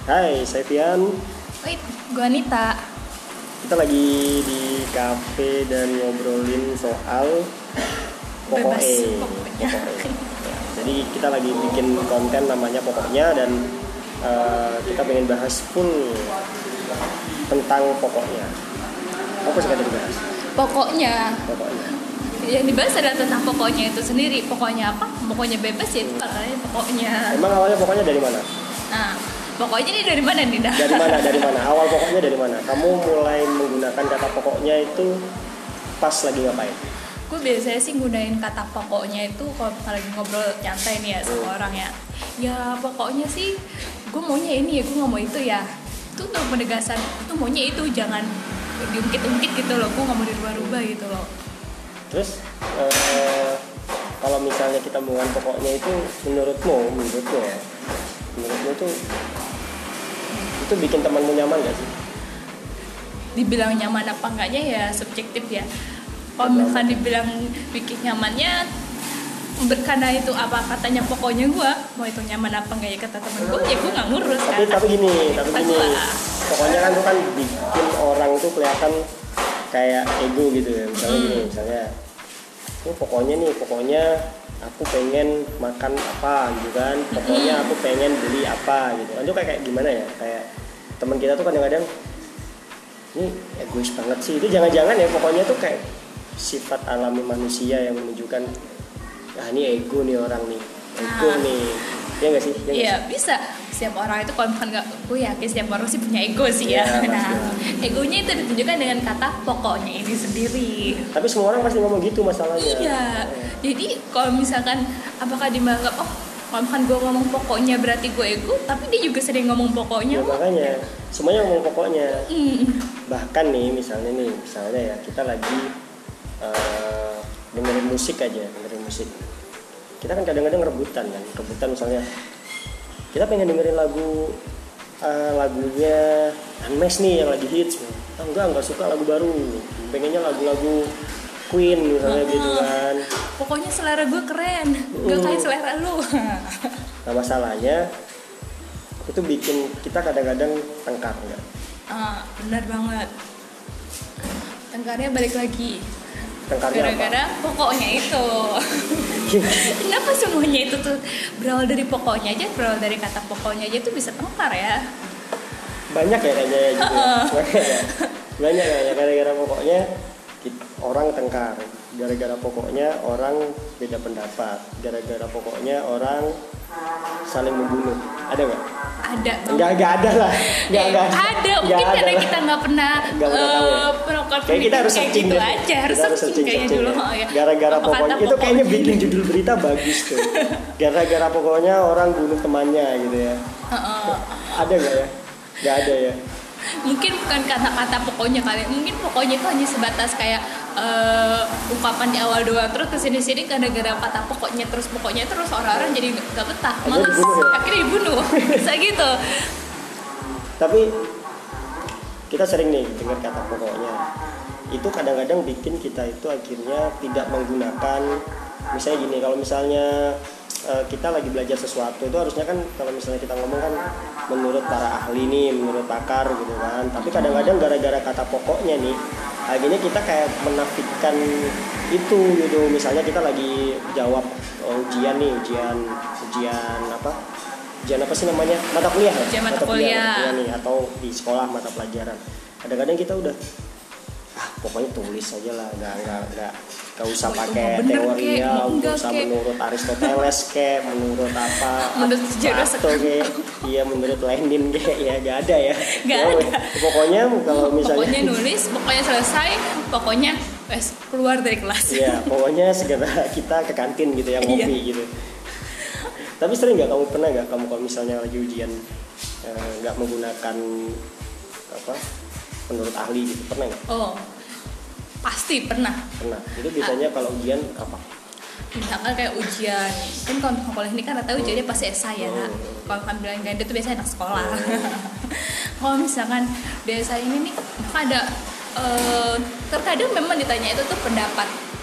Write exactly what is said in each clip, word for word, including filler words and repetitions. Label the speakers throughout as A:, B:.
A: Hai, saya Fian.
B: Wait, gue Anita.
A: Kita lagi di kafe dan ngobrolin soal
B: Bebas
A: pokoknya.
B: pokoknya.
A: Ya, jadi kita lagi bikin konten namanya pokoknya dan uh, kita pengen bahas full tentang pokoknya. Apa sih kata dibahas?
B: Pokoknya.
A: Pokoknya.
B: Yang dibahas adalah tentang pokoknya itu sendiri. Pokoknya apa? Pokoknya bebas ya itu katanya pokoknya.
A: Emang awalnya pokoknya dari mana?
B: Nah, pokoknya ini dari mana nih, Dah?
A: Dari mana? Dari mana? Awal pokoknya dari mana? Kamu mulai menggunakan kata pokoknya itu pas lagi ngapain?
B: Gue biasanya sih gunain kata pokoknya itu kalau lagi ngobrol nyantai nih ya sama
A: Hmm.
B: orang ya. Ya pokoknya sih gue maunya ini ya, gue gak mau itu ya. Itu tuh penegasan, itu maunya itu, jangan diungkit-ungkit gitu loh. Gue gak mau dirubah-rubah gitu loh.
A: Terus eh, kalau misalnya kita menggunakan pokoknya itu menurutmu, menurutmu ya, menurutmu itu itu bikin temanmu nyaman gak sih?
B: Dibilang nyaman apa enggaknya ya subjektif ya. Kalau misalkan dibilang bikin nyamannya karena itu apa katanya pokoknya gue mau itu nyaman apa enggak ya kata temen gue ya gue nggak ngurus
A: Tapi
B: kan.
A: tapi gini, tapi
B: Kata
A: gini,
B: gua.
A: pokoknya kan itu kan bikin orang tuh kelihatan kayak ego gitu ya. Misalnya
B: Hmm.
A: gini, misalnya, oh pokoknya nih, pokoknya aku pengen makan apa gitu kan, pokoknya
B: Hmm.
A: aku pengen beli apa gitu. Kan itu kayak, kayak gimana ya? Kayak teman kita tuh kadang-kadang ini egois banget sih. Itu jangan-jangan ya pokoknya tuh kayak sifat alami manusia yang menunjukkan ah ini ego nih orang nih, ego
B: Nah.
A: nih, ya nggak sih? Ya nggak
B: Iya
A: sih?
B: bisa, setiap orang itu kalau misalkan nggak, gue yakin setiap orang sih punya ego sih ya.
A: Iya,
B: Nah,
A: pasti.
B: egonya itu ditunjukkan dengan kata pokoknya ini sendiri.
A: Tapi semua orang pasti ngomong gitu masalahnya.
B: Iya, jadi kalau misalkan apakah dianggap oh kalau misalkan gue ngomong pokoknya berarti gue ego, tapi dia juga sering ngomong pokoknya.
A: Ya, makanya semuanya ngomong pokoknya.
B: Hmm.
A: Bahkan nih misalnya nih, misalnya ya kita lagi uh, dengerin musik aja, dengerin musik. Kita kan kadang-kadang rebutan kan, rebutan misalnya. Kita pengen dengerin lagu uh, lagunya Unmesh nih yang lagi hits. Ah, enggak, enggak suka lagu baru. Pengennya lagu-lagu Queen misalnya gitu kan.
B: Pokoknya selera gue keren, gak kayak selera lu.
A: Nah masalahnya itu bikin kita kadang-kadang tengkar enggak?
B: Ah, benar banget. Tengkarnya balik lagi.
A: Tengkarnya apa?
B: Gara-gara pokoknya itu. Kenapa semuanya itu tuh berawal dari pokoknya aja, berawal dari kata pokoknya aja tuh bisa tengkar ya?
A: Banyak ya kayaknya ya gitu. ya. Banyak ya. Banyak ya gara-gara pokoknya kita- orang tengkar. Gara-gara pokoknya orang beda pendapat. Gara-gara pokoknya orang saling membunuh. Ada nggak?
B: Ada.
A: Enggak, enggak ada lah. Enggak,
B: Eh,
A: enggak.
B: ada, mungkin
A: Enggak
B: karena
A: lah.
B: kita nggak pernah
A: Nggak pernah tahu ya?
B: eh, melakukan
A: Kayak kita harus
B: kayak
A: searching
B: gitu
A: deh.
B: aja, harus
A: Kita harus
B: searching kayaknya
A: searching,
B: dulu.
A: ya.
B: Oh, ya.
A: Gara-gara
B: Apa
A: pokoknya
B: kata
A: itu kayaknya
B: pokoknya?
A: bikin judul berita bagus tuh. Gara-gara pokoknya orang bunuh temannya gitu ya.
B: Heeh.
A: Ada nggak ya? Nggak ada ya.
B: Mungkin bukan kata-kata pokoknya kali, mungkin pokoknya itu hanya sebatas kayak eh, ungkapan di awal doang, terus kesini-sini gara-gara kata pokoknya terus pokoknya terus orang-orang jadi nggak betah,
A: Akhirnya
B: males,
A: dibunuh ya?
B: akhirnya dibunuh, bisa gitu.
A: Tapi kita sering nih dengar kata pokoknya. Itu kadang-kadang bikin kita itu akhirnya tidak menggunakan. Misalnya gini, kalau misalnya eh, kita lagi belajar sesuatu itu harusnya kan kalau misalnya kita ngomong kan menurut para ahli nih, menurut pakar gitu kan. Tapi kadang-kadang gara-gara kata pokoknya nih, akhirnya kita kayak menafikan itu gitu. Misalnya kita lagi jawab oh, ujian nih, ujian ujian apa? Ujian apa sih namanya? Mata kuliah ya?
B: Ujian mata kuliah.
A: kuliah nih, atau di sekolah mata pelajaran. Kadang-kadang kita udah ah pokoknya tulis aja lah, nggak nggak nggak nggak usah
B: Oh, itu
A: pakai
B: mah bener,
A: teori
B: kek.
A: ya,
B: Enggak,
A: nggak usah
B: kek.
A: menurut Aristoteles kayak menurut apa
B: Menurut sejarah
A: Plato kayak iya menurut Lenin kayak ya nggak ada ya.
B: Nggak
A: Ya,
B: ada.
A: pokoknya kalau misalnya
B: Pokoknya nulis, pokoknya selesai, pokoknya wes keluar dari kelas.
A: iya pokoknya segera kita ke kantin gitu ya ngopi
B: Iya.
A: gitu. Tapi sering nggak kamu pernah nggak kamu kalau misalnya lagi ujian eh, nggak menggunakan apa menurut ahli gitu, pernah nggak?
B: Oh, pasti pernah.
A: Pernah. Itu biasanya kalau ujian apa?
B: Misalkan kayak ujian, kan kalau sekolah ini kan rata ujiannya pasti esai ya. Nah, kalau ambilan ganda itu biasanya anak sekolah. Kalau misalkan desa ini nih ada eh, terkadang memang ditanya itu tuh pendapat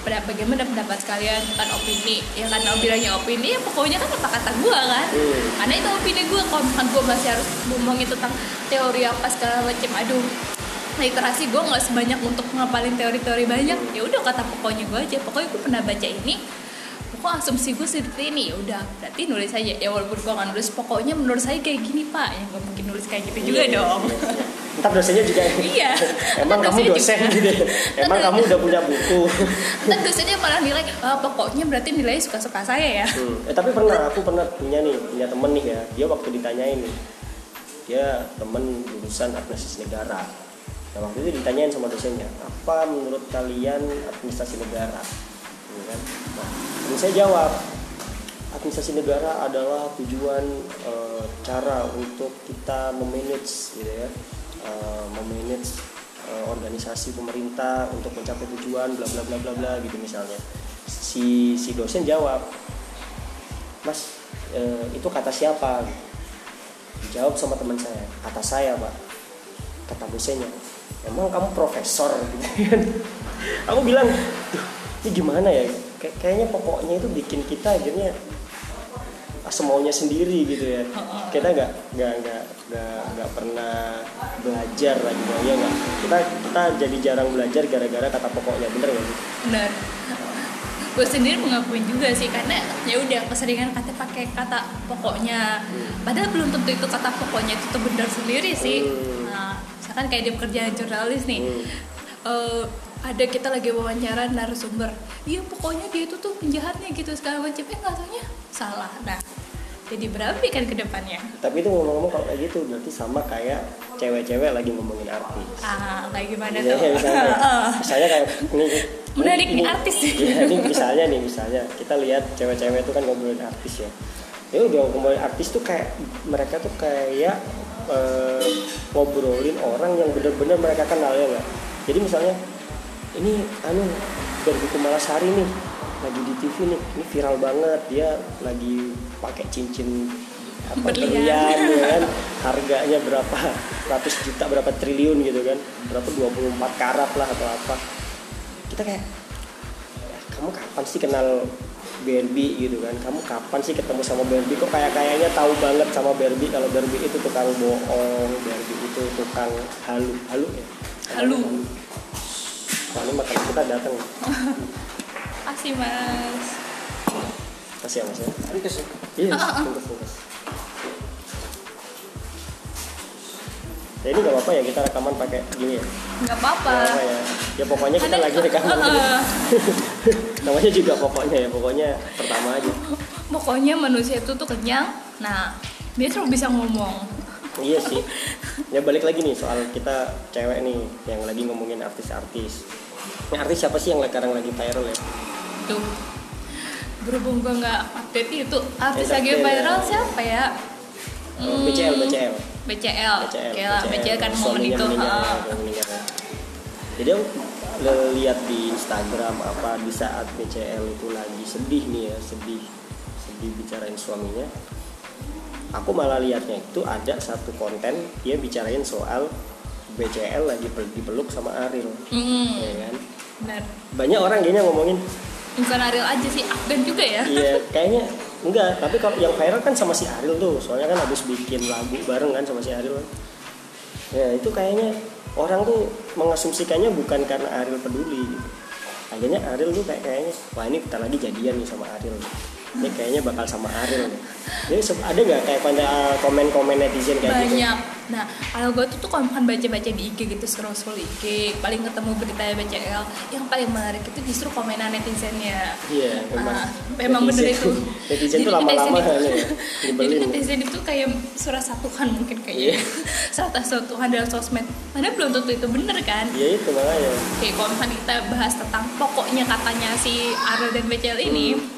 B: pada bagaimana pendapat kalian kan opini ya kan bilangnya opini ya pokoknya kan apa kata gue kan hmm. karena itu opini gue kalau misalkan gue masih harus ngomongin tentang teori apa segala macam aduh literasi gue nggak sebanyak untuk ngapalin teori-teori banyak ya udah kata pokoknya gue aja pokoknya gue pernah baca ini pokoknya asumsi gue seperti ini ya udah berarti nulis aja ya walaupun gue nggak nulis pokoknya menurut saya kayak gini pak ya nggak mungkin nulis kayak gitu juga
A: iya,
B: dong
A: iya, iya. Entar dosennya juga
B: iya
A: emang kamu dosen gitu emang kamu udah punya buku
B: dan dosennya malah nilai ah, pokoknya berarti nilainya suka-suka saya ya
A: hmm. eh tapi pernah aku pernah punya nih punya temen nih ya dia waktu ditanyain nih dia temen lulusan administrasi negara nah waktu itu ditanyain sama dosennya apa menurut kalian administrasi negara gitu kan nah dan saya jawab administrasi negara adalah tujuan e, cara untuk kita memanage gitu ya Uh, memanage uh, organisasi pemerintah untuk mencapai tujuan bla bla bla bla bla gitu misalnya si si dosen jawab mas uh, itu kata siapa dijawab sama teman saya kata saya pak kata dosennya emang kamu profesor gitu kan aku bilang duh ini gimana ya Kay- kayaknya pokoknya itu bikin kita akhirnya semaunya sendiri gitu ya kita nggak nggak nggak nggak nggak pernah belajar lagi ya nggak kita kita jadi jarang belajar gara-gara kata pokoknya bener nggak sih?
B: Bener. Gue sendiri mengakuin juga sih karena ya udah keseringan kata pakai kata pokoknya hmm. padahal belum tentu itu kata pokoknya itu tuh benar sendiri sih hmm. nah misalkan kayak di pekerjaan jurnalis nih hmm. uh, ada kita lagi wawancara narasumber iya pokoknya dia itu tuh penjahatnya gitu segala macam eh nggak taunya salah nah jadi berapi kan ke depannya
A: tapi itu ngomong-ngomong kalau kayak gitu berarti sama kayak cewek-cewek lagi ngomongin artis
B: ah kayak gimana
A: ya,
B: tuh
A: ya, misalnya, misalnya kayak ini
B: menarik
A: ini,
B: nih artis
A: ya, ini misalnya nih misalnya kita lihat cewek-cewek itu kan ngobrolin artis ya ya udah ngomongin artis tuh kayak mereka tuh kayak eh, ngobrolin orang yang benar-benar mereka kenal ya nggak jadi misalnya ini anu Barbie Kumalasari nih lagi di T V nih ini viral banget dia lagi pakai cincin apa berlian ya kan harganya berapa ratus juta berapa triliun gitu kan berapa dua puluh empat karat lah atau apa kita kayak ya, kamu kapan sih kenal Barbie gitu kan kamu kapan sih ketemu sama Barbie kok kayak kayaknya tahu banget sama Barbie kalau Barbie itu tukang bohong Barbie itu tukang halu halu ya
B: halu
A: soalnya makan kita datang
B: kasih mas
A: kasih ya mas ya
C: Ringkes ya?
A: iya ringkes ringkes ya ini nggak apa-apa ya kita rekaman pakai gini ya
B: nggak apa-apa
A: ya ya pokoknya kita
B: ada,
A: lagi rekaman
B: uh, uh.
A: namanya juga pokoknya ya pokoknya pertama aja
B: pokoknya manusia itu tuh kenyang nah dia selalu bisa ngomong
A: iya sih ya balik lagi nih soal kita cewek nih yang lagi ngomongin artis-artis ini artis siapa sih yang sekarang lagi viral ya
B: tuh berhubung gue nggak update itu artis
A: eh,
B: lagi viral ya. Siapa ya
A: hmm. B C L B C L
B: B C L
A: B C L,
B: Kela, B C L kan momen itu
A: meninggal, ya, meninggal, ya. Jadi aku lihat di Instagram apa di saat B C L itu lagi sedih nih ya sedih sedih bicarain suaminya aku malah lihatnya itu ada satu konten dia bicarain soal B C L lagi dipeluk sama Ariel
B: mm.
A: ya kan
B: benar
A: banyak orang kayaknya ngomongin
B: bukan Ariel aja sih Afgan juga ya
A: iya kayaknya enggak tapi kalau yang viral kan sama si Ariel tuh soalnya kan habis bikin lagu bareng kan sama si Ariel kan ya itu kayaknya orang tuh mengasumsikannya bukan karena Ariel peduli gitu. Akhirnya Ariel tuh kayak kayaknya wah ini kita lagi jadian nih sama Ariel ini kayaknya bakal sama Ariel nih. Jadi ada nggak kayak pada komen-komen netizen kayak
B: banyak.
A: gitu?
B: Banyak. Nah, kalau gue tuh tuh kalau kan baca-baca di I G gitu scroll-scroll I G, paling ketemu berita B C L, yang paling menarik itu justru komenan netizennya.
A: Iya, memang.
B: Nah, memang bener itu.
A: Netizen tuh lama-lama kan ya.
B: Jadi netizen itu kayak surat satuan mungkin kayaknya. Surat satuan dalam sosmed. Mana belum tentu itu bener kan?
A: Iya itu makanya.
B: Oke, kalau misalnya kita bahas tentang pokoknya katanya si Ariel dan B C L ini. Hmm.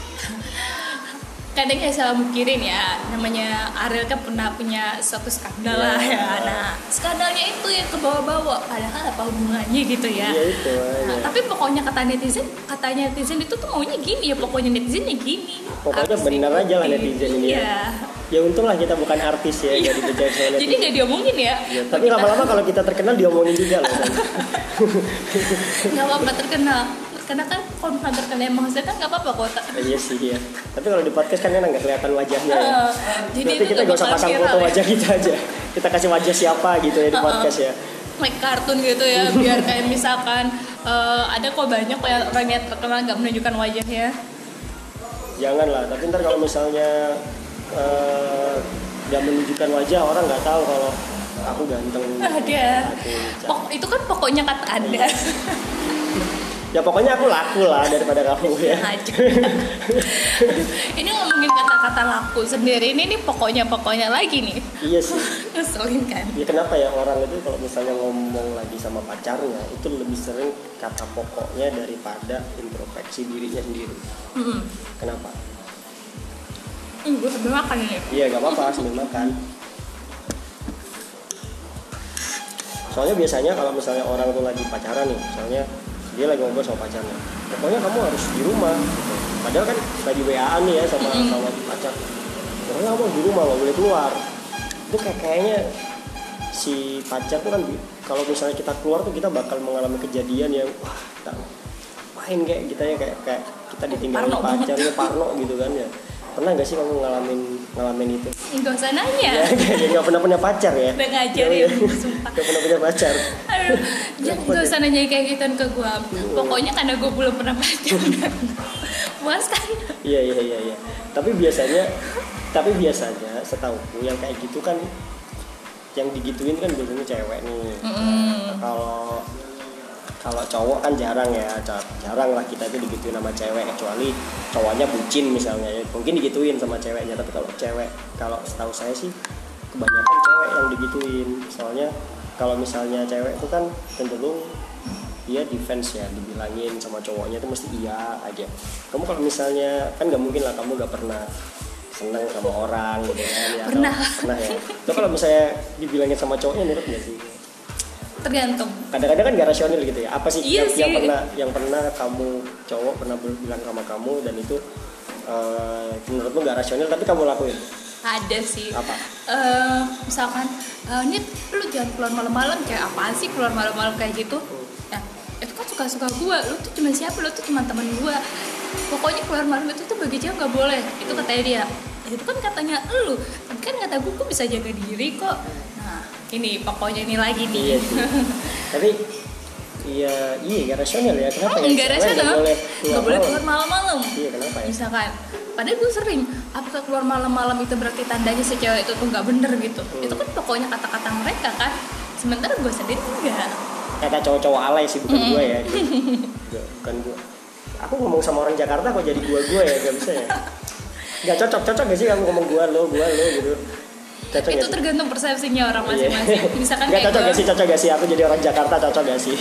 B: Kadang saya salah mikirin ya, namanya Ariel kan pernah punya suatu skandal lah ya. Nah, skandalnya itu yang ke bawah-bawah, padahal apa hubungannya gitu ya.
A: Iya itu.
B: Nah, tapi pokoknya kata netizen, katanya netizen itu tuh maunya gini ya, pokoknya netizennya gini.
A: Pokoknya benar aja lah netizen ini.
B: Iya.
A: Ya untung lah kita bukan artis ya, jadi belajar soal
B: Jadi nggak diomongin ya.
A: Ya, tapi lama-lama kalau kita terkenal diomongin juga loh.
B: Nggak apa-apa terkenal. karena kan kalau misalnya kalian mau hasil kan nggak apa-apa kok.
A: Iya sih ya. Tapi kalau di podcast kan enak nggak kelihatan wajahnya ya.
B: Uh, jadi
A: berarti kita nggak usah pasang foto
B: ya.
A: wajah kita aja. Kita kasih wajah siapa gitu ya di podcast ya.
B: Like kartun gitu ya, biar kayak misalkan uh, ada kok banyak kayak orang yang terkenal nggak menunjukkan wajahnya.
A: Janganlah, tapi ntar kalau misalnya uh, nggak menunjukkan wajah, orang nggak tahu kalau aku ganteng.
B: Ada. Pok- itu kan pokoknya kata Anda.
A: Ya pokoknya aku laku lah daripada kamu ya.
B: Ini ngomongin kata-kata laku sendiri, ini nih pokoknya pokoknya lagi nih.
A: Iya sih.
B: Ngeselin kan?
A: Ya kenapa ya orang itu kalau misalnya ngomong lagi sama pacarnya itu lebih sering kata pokoknya daripada introspeksi dirinya sendiri.
B: Mm-hmm.
A: Kenapa?
B: Hmm, gue sambil makan ini.
A: Iya gak apa-apa sambil makan. Soalnya biasanya kalau misalnya orang tuh lagi pacaran nih, misalnya dia lagi ngobrol sama pacarnya, pokoknya kamu harus di rumah gitu. Padahal kan lagi W A-an nih ya sama mm-hmm. sama pacar, pokoknya kamu di rumah nggak boleh keluar. Itu kayak kayaknya si pacar tuh kan kalau misalnya kita keluar tuh kita bakal mengalami kejadian yang wah kita main kayak kita ya kayak kayak kita ditinggalin pacarnya parno gitu kan ya. Pernah nggak sih kamu ngalamin ngalamin itu?
B: Nggak usah nanya.
A: Ya, kayak nggak pernah punya pacar ya?
B: Udah ngajarin, sumpah.
A: Nggak pernah punya pacar.
B: Aduh, jangan nggak usah nanya kayak gituan ke gue. Pokoknya karena gue belum pernah pacar. Puas kan?
A: Iya iya iya. iya. Tapi biasanya, tapi biasanya setauku yang kayak gitu kan, yang digituin kan biasanya cewek nih. Mm-hmm. Kalau Kalau cowok kan jarang ya, jarang lah kita itu digituin sama cewek, kecuali cowoknya bucin misalnya, ya mungkin digituin sama ceweknya. Tapi kalau cewek, kalau setahu saya sih kebanyakan cewek yang digituin. Soalnya kalau misalnya cewek itu kan cenderung dia defense ya, dibilangin sama cowoknya itu mesti iya aja. Kamu kalau misalnya kan nggak mungkin lah kamu nggak pernah seneng sama orang gitu kan ya.
B: Pernah.
A: Pernah ya. Itu kalau misalnya dibilangin sama cowoknya nurut nggak sih?
B: Tergantung.
A: Kadang-kadang kan gak rasional gitu ya. Apa sih,
B: iya
A: yang,
B: sih.
A: yang pernah yang pernah kamu cowok pernah bilang sama kamu dan itu uh, menurutmu gak rasional tapi kamu lakuin?
B: Ada sih.
A: Apa?
B: Uh, misalkan, uh, Nit, lu jangan keluar malam-malam. Kayak apaan sih keluar malam-malam kayak gitu? Ya, itu kan suka-suka gue. Lu tuh cuma siapa? Lu tuh cuma teman gue. Pokoknya keluar malam itu tuh bagi cewek gak boleh. Itu katanya dia. Itu kan katanya lu. Tapi kan kata gue, gue bisa jaga diri kok. Nah, ini pokoknya ini lagi nih.
A: Iya sih. Tapi iya, iya gak rasional ya. Kenapa
B: oh,
A: ya?
B: Enggak rasional.
A: Gak boleh keluar,
B: boleh keluar malam-malam.
A: Iya, kenapa ya?
B: Misalkan, padahal gue sering, apakah keluar malam-malam itu berarti tandanya si cewek itu tuh gak bener gitu. Hmm. Itu kan pokoknya kata-kata mereka kan. Sementara gue sendiri enggak.
A: Kata cowok-cowok alay sih, bukan mm. gue ya gitu. Bukan gue. Aku ngomong sama orang Jakarta kok jadi gue-gue ya, gak bisa ya. Gak cocok-cocok gak sih kamu ngomong gue lo, gue lo gitu. Cocok itu
B: tergantung persepsinya orang masing-masing. Misalkan
A: gak
B: kayak
A: cocok
B: gue,
A: gak sih, cocok gak sih aku jadi orang Jakarta, cocok gak sih?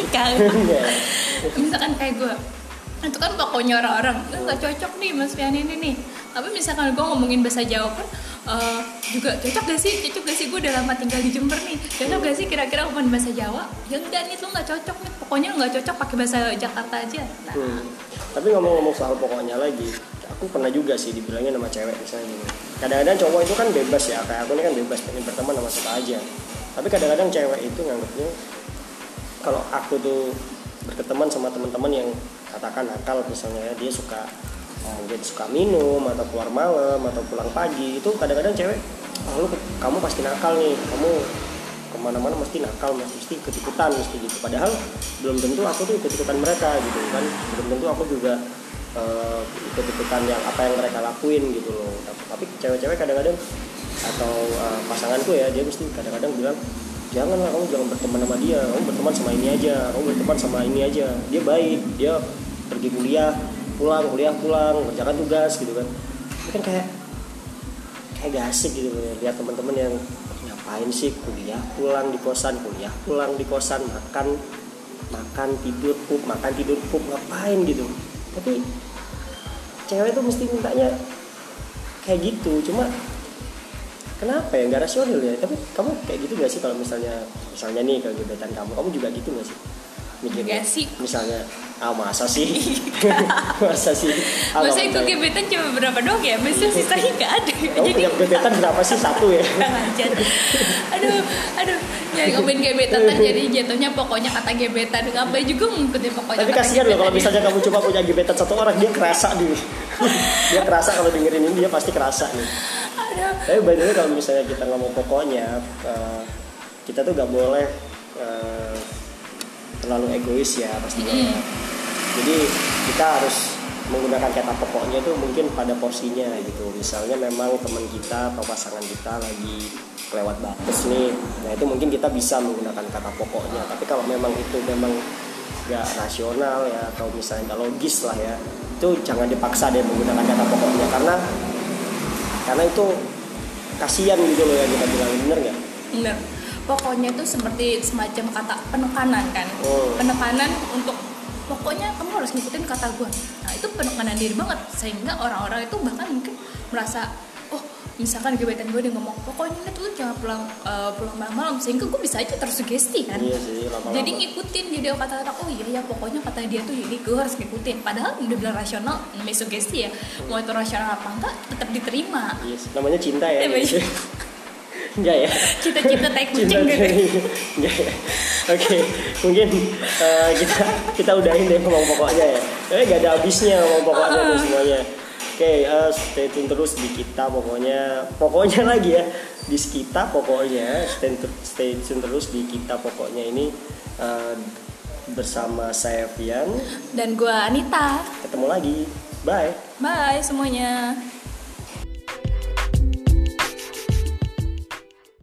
B: Misalkan kayak gue, itu kan pokoknya orang-orang nggak cocok nih Mas Fian ini nih. Tapi misalkan gue ngomongin bahasa Jawa kan uh, juga cocok gak sih, cocok gak sih gue udah lama tinggal di Jember nih, cocok gak sih kira-kira ngomongin bahasa Jawa? Ya enggak nih, lu nggak cocok nih, pokoknya lu nggak cocok pakai bahasa Jakarta aja. Nah.
A: Hmm. Tapi ngomong-ngomong soal pokoknya lagi, aku pernah juga sih dibilangin sama cewek misalnya gini. Kadang-kadang cowok itu kan bebas ya, kayak aku ini kan bebas, pengen berteman sama siapa aja. Tapi kadang-kadang cewek itu nganggapnya kalau aku tuh berteman sama teman-teman yang katakan nakal misalnya ya, dia suka mungkin suka minum atau keluar malam atau pulang pagi, itu kadang-kadang cewek, oh, lu kamu pasti nakal nih, kamu kemana-mana mesti nakal, mesti ikut-ikutan, mesti gitu. Padahal belum tentu aku tuh ikut-ikutan mereka gitu kan, belum tentu aku juga uh, ikut-ikutan yang apa yang mereka lakuin gitu loh. Tapi cewek-cewek kadang-kadang atau uh, pasanganku ya, dia mesti kadang-kadang bilang, janganlah kamu jangan berteman sama dia, kamu berteman sama ini aja, kamu berteman sama ini aja, dia baik, dia pergi kuliah pulang, kuliah pulang, kerjakan tugas gitu kan. Itu kan kayak kayak gak asik gitu ya, lihat teman-teman yang ngapain sih kuliah pulang di kosan, kuliah pulang di kosan, makan makan tidur pup, makan tidur pup, ngapain gitu. Tapi cewek tuh mesti mintanya kayak gitu, cuma kenapa ya, nggak rasional ya. Tapi kamu kayak gitu nggak sih kalau misalnya misalnya nih kegebetan kamu, kamu juga gitu nggak sih mikirnya?
B: Gak sih.
A: Misalnya Ah masa sih? Masa sih? Ah,
B: Masa
A: nggak
B: itu
A: percaya.
B: gebetan cuma berapa doang ya? Masa sisanya nggak ada.
A: Kamu punya gebetan berapa sih? Satu ya?
B: Ajar. Aduh, aduh. Yang ngomongin gebetan kan jadi jatuhnya pokoknya kata gebetan. Ngapain juga ngikutin pokoknya
A: Tapi
B: kata
A: kasihan loh kalau
B: gebetan.
A: misalnya kamu coba punya gebetan satu orang, dia kerasa nih. Dia kerasa kalau dengerin ini, dia pasti kerasa nih.
B: Aduh.
A: Tapi by the way kalau misalnya kita ngomong pokoknya, uh, kita tuh gak boleh uh, terlalu egois ya pastinya.
B: Mm.
A: Jadi kita harus menggunakan kata pokoknya itu mungkin pada porsinya gitu. Misalnya memang teman kita atau pasangan kita lagi kelewat batas nih, nah itu mungkin kita bisa menggunakan kata pokoknya. Tapi kalau memang itu memang gak rasional ya, atau misalnya gak logis lah ya, itu jangan dipaksa deh menggunakan kata pokoknya, karena karena itu kasihan gitu loh ya kita bilang, bener nggak?
B: Bener. Pokoknya itu seperti semacam kata penekanan kan.
A: Oh.
B: Penekanan untuk pokoknya kamu harus ngikutin kata gue. Nah itu penekanan diri banget, sehingga orang-orang itu bahkan mungkin merasa, oh misalkan gebetan gue dia ngomong pokoknya tuh jangan pulang uh, pulang malam-malam, sehingga gue bisa aja tersugesti kan.
A: Iya sih, lama-lama.
B: Jadi ngikutin jadi kata-kata, oh iya ya pokoknya kata dia tuh jadi gue harus ngikutin. Padahal udah bilang rasional, namanya sugesti ya. Mau itu rasional apa enggak tetap diterima.
A: Iya, yes. Namanya cinta ya.
B: Namanya.
A: Enggak ya.
B: Cita-cita tai kucing
A: Cinta
B: gitu.
A: Enggak ya. Oke, mungkin uh, kita kita udahin deh ngomong pokoknya ya. Tapi gak ada habisnya ngomong pokoknya tuh semuanya. Oke, okay, uh, stay tune terus di kita pokoknya. Pokoknya lagi ya. Di kita pokoknya stay, stay tune terus di kita pokoknya ini uh, bersama saya Fian
B: Dan gue Anita.
A: ketemu lagi, bye.
B: Bye semuanya.